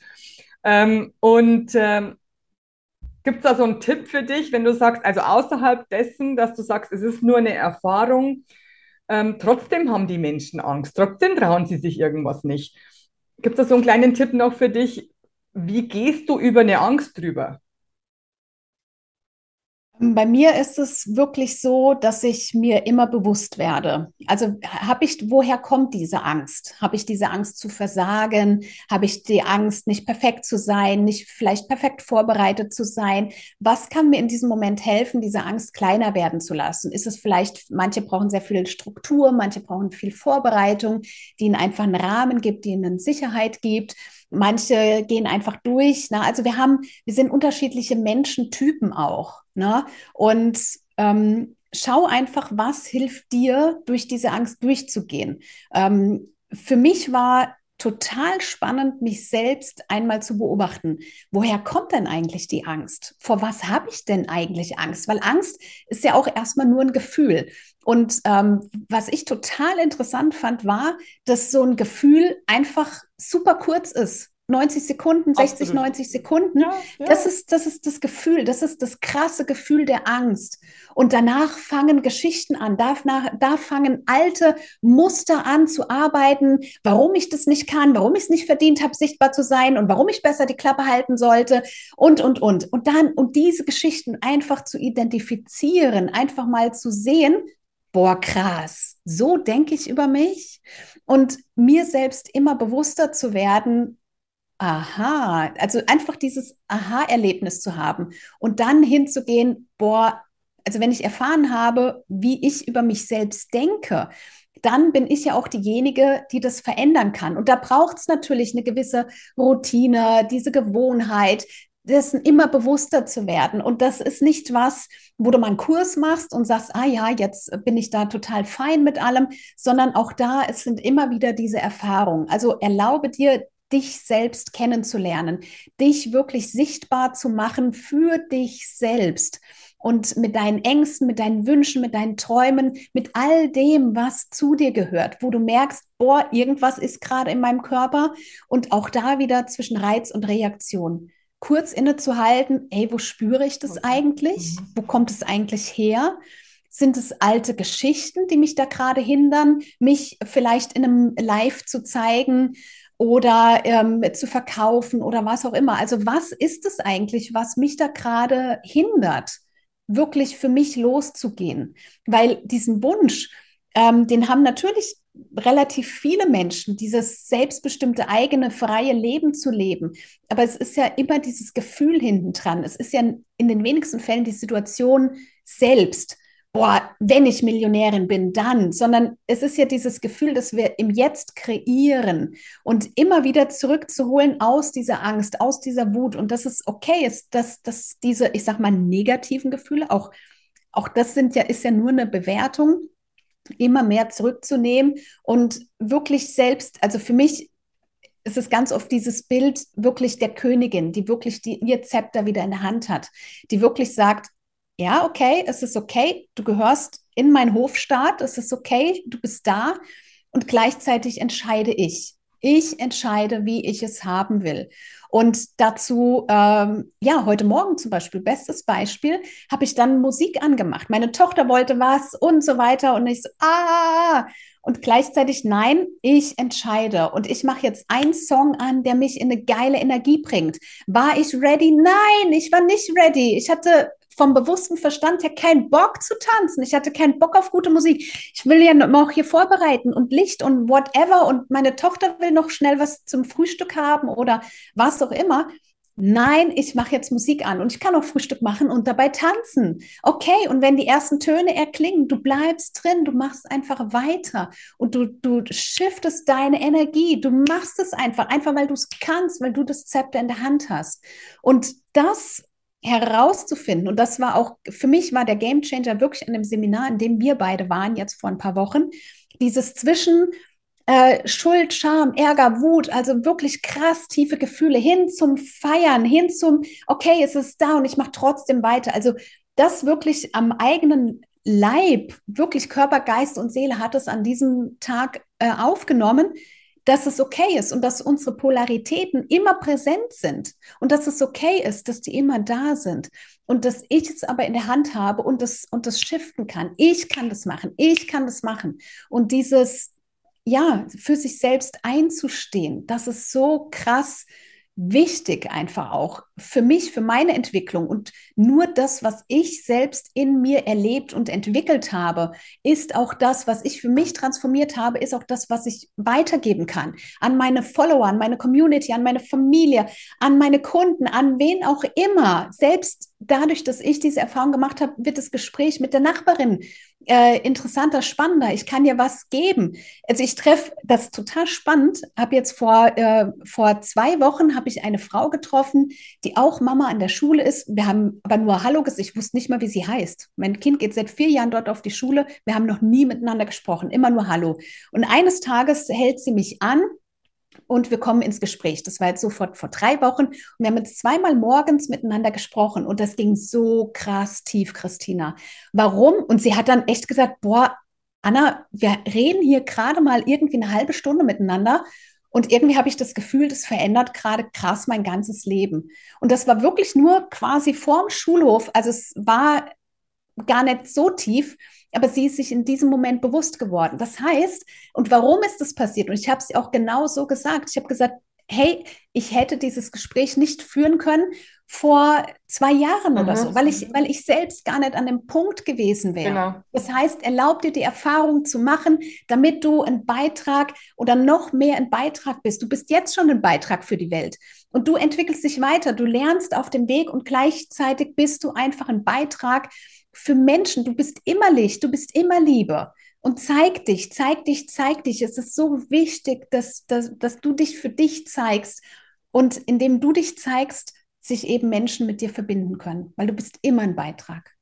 Speaker 1: Gibt es da so einen Tipp für dich, wenn du sagst, also außerhalb dessen, dass du sagst, es ist nur eine Erfahrung, trotzdem haben die Menschen Angst, trotzdem trauen sie sich irgendwas nicht. Gibt es da so einen kleinen Tipp noch für dich? Wie gehst du über eine Angst drüber?
Speaker 2: Bei mir ist es wirklich so, dass ich mir immer bewusst werde. Also woher kommt diese Angst? Habe ich diese Angst zu versagen? Habe ich die Angst, nicht perfekt zu sein, nicht vielleicht perfekt vorbereitet zu sein? Was kann mir in diesem Moment helfen, diese Angst kleiner werden zu lassen? Ist es vielleicht, manche brauchen sehr viel Struktur, manche brauchen viel Vorbereitung, die ihnen einfach einen Rahmen gibt, die ihnen Sicherheit gibt. Manche gehen einfach durch. Ne? Also wir sind unterschiedliche Menschentypen auch. Ne? Und schau einfach, was hilft dir, durch diese Angst durchzugehen. Für mich war total spannend, mich selbst einmal zu beobachten. Woher kommt denn eigentlich die Angst? Vor was habe ich denn eigentlich Angst? Weil Angst ist ja auch erstmal nur ein Gefühl. Und was ich total interessant fand, war, dass so ein Gefühl einfach super kurz ist. 90 Sekunden, 60,
Speaker 1: Absolut.
Speaker 2: 90 Sekunden.
Speaker 1: Ja,
Speaker 2: Das
Speaker 1: ja.
Speaker 2: ist, das ist das Gefühl, das ist das krasse Gefühl der Angst. Und danach fangen Geschichten an, da fangen alte Muster an zu arbeiten, warum ich das nicht kann, warum ich es nicht verdient habe, sichtbar zu sein und warum ich besser die Klappe halten sollte und. Und diese Geschichten einfach zu identifizieren, einfach mal zu sehen, boah, krass, so denke ich über mich und mir selbst immer bewusster zu werden, aha, also einfach dieses Aha-Erlebnis zu haben und dann hinzugehen, boah, also wenn ich erfahren habe, wie ich über mich selbst denke, dann bin ich ja auch diejenige, die das verändern kann. Und da braucht es natürlich eine gewisse Routine, diese Gewohnheit. dessen immer bewusster zu werden. Und das ist nicht was, wo du mal einen Kurs machst und sagst, ah ja, jetzt bin ich da total fein mit allem, sondern auch da, es sind immer wieder diese Erfahrungen. Also erlaube dir, dich selbst kennenzulernen, dich wirklich sichtbar zu machen für dich selbst und mit deinen Ängsten, mit deinen Wünschen, mit deinen Träumen, mit all dem, was zu dir gehört, wo du merkst, boah, irgendwas ist gerade in meinem Körper und auch da wieder zwischen Reiz und Reaktion. Kurz innezuhalten, ey, wo spüre ich das
Speaker 1: Okay.
Speaker 2: eigentlich? Wo kommt es eigentlich her? Sind es alte Geschichten, die mich da gerade hindern, mich vielleicht in einem Live zu zeigen oder zu verkaufen oder was auch immer? Also was ist es eigentlich, was mich da gerade hindert, wirklich für mich loszugehen? Weil diesen Wunsch, den haben natürlich relativ viele Menschen, dieses selbstbestimmte, eigene, freie Leben zu leben. Aber es ist ja immer dieses Gefühl hinten dran. Es ist ja in den wenigsten Fällen die Situation selbst. Boah, wenn ich Millionärin bin, dann, sondern es ist ja dieses Gefühl, dass wir im Jetzt kreieren und immer wieder zurückzuholen aus dieser Angst, aus dieser Wut und dass es okay ist, dass diese, ich sag mal, negativen Gefühle, auch das ist ja nur eine Bewertung, immer mehr zurückzunehmen und wirklich selbst, also für mich ist es ganz oft dieses Bild wirklich der Königin, die wirklich ihr Zepter wieder in der Hand hat, die wirklich sagt, ja, okay, es ist okay, du gehörst in meinen Hofstaat, es ist okay, du bist da und gleichzeitig entscheide ich. Ich entscheide, wie ich es haben will. Und dazu, ja, heute Morgen zum Beispiel, bestes Beispiel, habe ich dann Musik angemacht. Meine Tochter wollte was und so weiter. Und ich so, und gleichzeitig, nein, ich entscheide. Und ich mache jetzt einen Song an, der mich in eine geile Energie bringt. War ich ready? Nein, ich war nicht ready. Ich hatte vom bewussten Verstand her keinen Bock zu tanzen. Ich hatte keinen Bock auf gute Musik. Ich will ja noch hier vorbereiten und Licht und whatever. Und meine Tochter will noch schnell was zum Frühstück haben oder was auch immer. Nein, ich mache jetzt Musik an und ich kann auch Frühstück machen und dabei tanzen. Okay, und wenn die ersten Töne erklingen, du bleibst drin, du machst einfach weiter und du shiftest deine Energie, du machst es einfach weil du es kannst, weil du das Zepter in der Hand hast. Und das herauszufinden, und das war auch, für mich war der Gamechanger wirklich an dem Seminar, in dem wir beide waren, jetzt vor ein paar Wochen, dieses zwischen Schuld, Scham, Ärger, Wut, also wirklich krass tiefe Gefühle hin zum Feiern, hin zum, okay, es ist da und ich mache trotzdem weiter. Also das wirklich am eigenen Leib, wirklich Körper, Geist und Seele hat es an diesem Tag aufgenommen, dass es okay ist und dass unsere Polaritäten immer präsent sind und dass es okay ist, dass die immer da sind und dass ich es aber in der Hand habe und das shiften kann. Ich kann das machen, ich kann das machen. Und dieses ja, für sich selbst einzustehen, das ist so krass wichtig einfach auch für mich, für meine Entwicklung. Und nur das, was ich selbst in mir erlebt und entwickelt habe, ist auch das, was ich für mich transformiert habe, ist auch das, was ich weitergeben kann an meine Follower, an meine Community, an meine Familie, an meine Kunden, an wen auch immer. Selbst dadurch, dass ich diese Erfahrung gemacht habe, wird das Gespräch mit der Nachbarin interessanter, spannender. Ich kann dir was geben. Also ich treffe, das ist total spannend, habe jetzt vor 2 Wochen habe ich eine Frau getroffen, die auch Mama an der Schule ist. Wir haben aber nur Hallo gesagt, ich wusste nicht mal, wie sie heißt. Mein Kind geht seit 4 Jahren dort auf die Schule. Wir haben noch nie miteinander gesprochen, immer nur Hallo. Und eines Tages hält sie mich an und wir kommen ins Gespräch. Das war jetzt sofort vor 3 Wochen. Und wir haben jetzt zweimal morgens miteinander gesprochen. Und das ging so krass tief, Christina. Warum? Und sie hat dann echt gesagt, boah, Anna, wir reden hier gerade mal irgendwie eine halbe Stunde miteinander. Und irgendwie habe ich das Gefühl, das verändert gerade krass mein ganzes Leben. Und das war wirklich nur quasi vorm Schulhof. Also es war gar nicht so tief, aber sie ist sich in diesem Moment bewusst geworden. Das heißt, und warum ist das passiert? Und ich habe es auch genau so gesagt. Ich habe gesagt, hey, ich hätte dieses Gespräch nicht führen können vor 2 Jahren oder so, weil ich selbst gar nicht an dem Punkt gewesen wäre.
Speaker 1: Genau.
Speaker 2: Das heißt, erlaub dir die Erfahrung zu machen, damit du ein Beitrag oder noch mehr ein Beitrag bist. Du bist jetzt schon ein Beitrag für die Welt und du entwickelst dich weiter, du lernst auf dem Weg und gleichzeitig bist du einfach ein Beitrag für Menschen. Du bist immer Licht, du bist immer Liebe. Und zeig dich, zeig dich, zeig dich. Es ist so wichtig, dass du dich für dich zeigst. Und indem du dich zeigst, sich eben Menschen mit dir verbinden können, weil du bist immer ein Beitrag.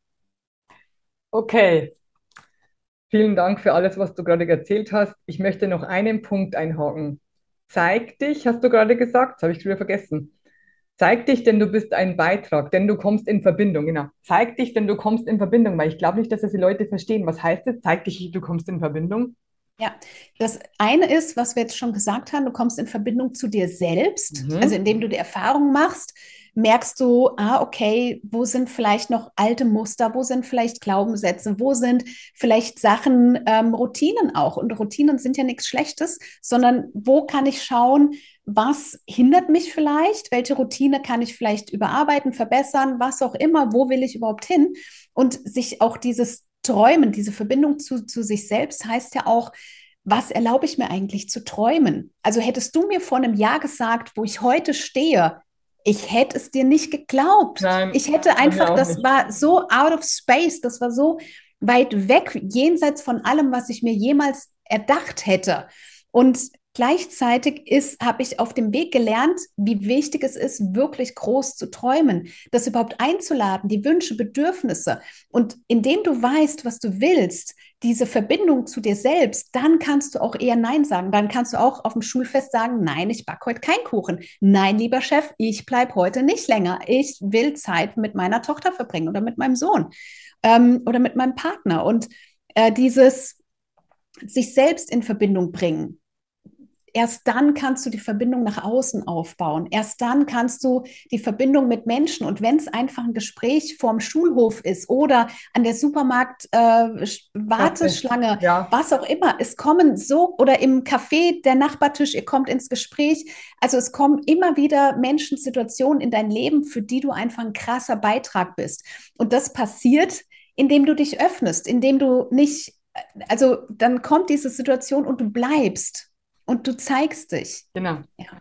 Speaker 1: Okay, vielen Dank für alles, was du gerade erzählt hast. Ich möchte noch einen Punkt einhaken. Zeig dich, hast du gerade gesagt, das habe ich wieder vergessen. Zeig dich, denn du bist ein Beitrag, denn du kommst in Verbindung. Genau. Zeig dich, denn du kommst in Verbindung, weil ich glaube nicht, dass das die Leute verstehen. Was heißt es? Zeig dich, du kommst in Verbindung.
Speaker 2: Ja, das eine ist, was wir jetzt schon gesagt haben, du kommst in Verbindung zu dir selbst, also
Speaker 1: Mhm.
Speaker 2: indem du die Erfahrung machst, merkst du, okay, wo sind vielleicht noch alte Muster, wo sind vielleicht Glaubenssätze, wo sind vielleicht Sachen, Routinen auch. Und Routinen sind ja nichts Schlechtes, sondern wo kann ich schauen, was hindert mich vielleicht, welche Routine kann ich vielleicht überarbeiten, verbessern, was auch immer, wo will ich überhaupt hin? Und sich auch dieses Träumen, diese Verbindung zu sich selbst heißt ja auch, was erlaube ich mir eigentlich zu träumen? Also hättest du mir vor einem Jahr gesagt, wo ich heute stehe, ich hätte es dir nicht geglaubt.
Speaker 1: Nein,
Speaker 2: Ich hätte
Speaker 1: bei mir
Speaker 2: einfach,
Speaker 1: auch
Speaker 2: das
Speaker 1: nicht.
Speaker 2: war so out of space, das war so weit weg, jenseits von allem, was ich mir jemals erdacht hätte. Und gleichzeitig habe ich auf dem Weg gelernt, wie wichtig es ist, wirklich groß zu träumen, das überhaupt einzuladen, die Wünsche, Bedürfnisse. Und indem du weißt, was du willst, diese Verbindung zu dir selbst, dann kannst du auch eher Nein sagen. Dann kannst du auch auf dem Schulfest sagen, nein, ich backe heute keinen Kuchen. Nein, lieber Chef, ich bleibe heute nicht länger. Ich will Zeit mit meiner Tochter verbringen oder mit meinem Sohn oder mit meinem Partner. Und dieses sich selbst in Verbindung bringen, erst dann kannst du die Verbindung nach außen aufbauen. Erst dann kannst du die Verbindung mit Menschen. Und wenn es einfach ein Gespräch vorm Schulhof ist oder an der
Speaker 1: Klasse.
Speaker 2: Supermarkt-Warteschlange,
Speaker 1: Ja,
Speaker 2: was auch immer, es kommen so, oder im Café, der Nachbartisch, ihr kommt ins Gespräch. Also es kommen immer wieder Menschen, Situationen in dein Leben, für die du einfach ein krasser Beitrag bist. Und das passiert, indem du dich öffnest, indem du nicht, also dann kommt diese Situation und du bleibst. Und du zeigst dich.
Speaker 1: genau.
Speaker 2: Ja.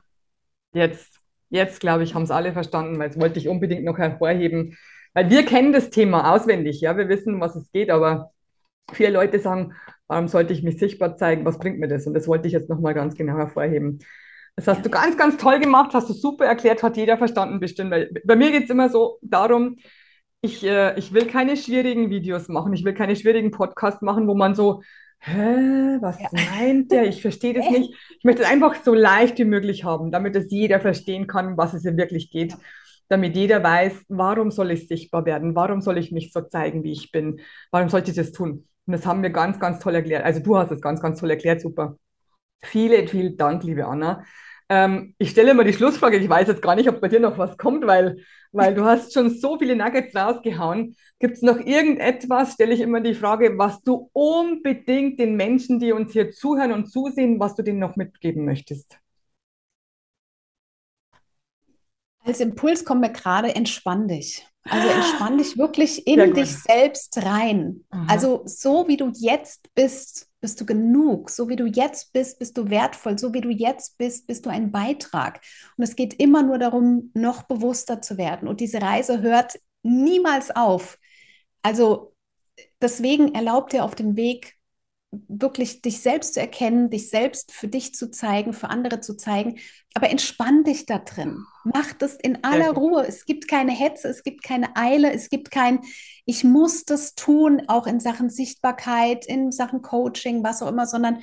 Speaker 1: Jetzt glaube ich, haben es alle verstanden, weil das wollte ich unbedingt noch hervorheben. Weil wir kennen das Thema auswendig, ja, wir wissen, um was es geht, aber viele Leute sagen, warum sollte ich mich sichtbar zeigen? Was bringt mir das? Und das wollte ich jetzt nochmal ganz genau hervorheben. Das hast
Speaker 2: Ja.
Speaker 1: du ganz, ganz toll gemacht, hast du super erklärt, hat jeder verstanden bestimmt. Weil bei mir geht es immer so darum, ich will keine schwierigen Videos machen, ich will keine schwierigen Podcasts machen, wo man so, hä, was
Speaker 2: Ja.
Speaker 1: meint der? Ich verstehe das nicht. Ich möchte es einfach so leicht wie möglich haben, damit es jeder verstehen kann, was es hier wirklich geht.
Speaker 2: Ja.
Speaker 1: Damit jeder weiß, warum soll ich sichtbar werden? Warum soll ich mich so zeigen, wie ich bin? Warum sollte ich das tun? Und das haben wir ganz, ganz toll erklärt. Also du hast es ganz, ganz toll erklärt, super. Vielen, vielen Dank, liebe Anna. Ich stelle immer die Schlussfrage. Ich weiß jetzt gar nicht, ob bei dir noch was kommt, weil du hast schon so viele Nuggets rausgehauen. Gibt es noch irgendetwas, stelle ich immer die Frage, was du unbedingt den Menschen, die uns hier zuhören und zusehen, was du denen noch mitgeben möchtest?
Speaker 2: Als Impuls kommt mir gerade, entspann dich. Also entspann dich wirklich
Speaker 1: Sehr
Speaker 2: in
Speaker 1: gut.
Speaker 2: dich selbst rein.
Speaker 1: Aha.
Speaker 2: Also so wie du jetzt bist, bist du genug. So wie du jetzt bist, bist du wertvoll. So wie du jetzt bist, bist du ein Beitrag. Und es geht immer nur darum, noch bewusster zu werden. Und diese Reise hört niemals auf. Also deswegen erlaubt dir auf dem Weg wirklich dich selbst zu erkennen, dich selbst für dich zu zeigen, für andere zu zeigen. Aber entspann dich da drin. Mach das in
Speaker 1: Sehr
Speaker 2: aller
Speaker 1: gut.
Speaker 2: Ruhe. Es gibt keine Hetze, es gibt keine Eile, es gibt kein, ich muss das tun, auch in Sachen Sichtbarkeit, in Sachen Coaching, was auch immer, sondern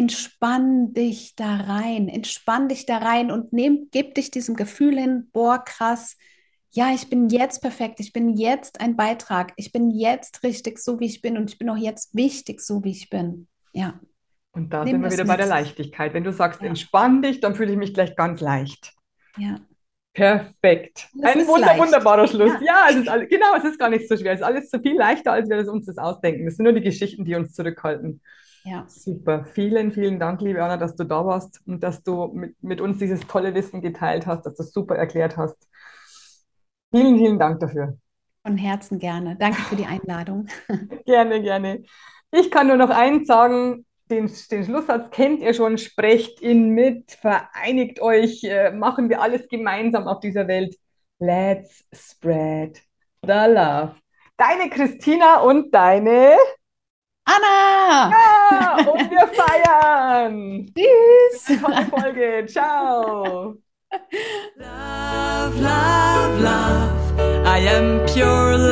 Speaker 2: entspann dich da rein und gib dich diesem Gefühl hin, boah, krass, ja, ich bin jetzt perfekt, ich bin jetzt ein Beitrag, ich bin jetzt richtig so, wie ich bin und ich bin auch jetzt wichtig, so wie ich bin. Ja,
Speaker 1: Und da
Speaker 2: nimm
Speaker 1: sind wir
Speaker 2: das
Speaker 1: wieder bei der
Speaker 2: mit.
Speaker 1: Leichtigkeit. Wenn du sagst,
Speaker 2: Ja,
Speaker 1: entspann dich, dann fühle ich mich gleich ganz leicht.
Speaker 2: ja.
Speaker 1: Perfekt.
Speaker 2: Und es
Speaker 1: Ein
Speaker 2: ist leicht.
Speaker 1: wunderbarer Schluss.
Speaker 2: Ja,
Speaker 1: Ja, genau, es ist gar nicht so schwer. Es ist alles so viel leichter, als wir uns das ausdenken. Es sind nur die Geschichten, die uns zurückhalten.
Speaker 2: ja.
Speaker 1: Super. Vielen, vielen Dank, liebe Anna, dass du da warst und dass du mit uns dieses tolle Wissen geteilt hast, dass du es super erklärt hast. Vielen, vielen Dank dafür.
Speaker 2: Von Herzen gerne. Danke für die Einladung.
Speaker 1: Gerne, gerne. Ich kann nur noch eins sagen, den Schlusssatz kennt ihr schon, sprecht ihn mit, vereinigt euch, machen wir alles gemeinsam auf dieser Welt. Let's spread the love. Deine Christina und deine.
Speaker 2: Anna!
Speaker 1: Ja, und wir feiern.
Speaker 2: Tschüss!
Speaker 1: Eine tolle Folge. Ciao.
Speaker 3: Love, love, love. I am pure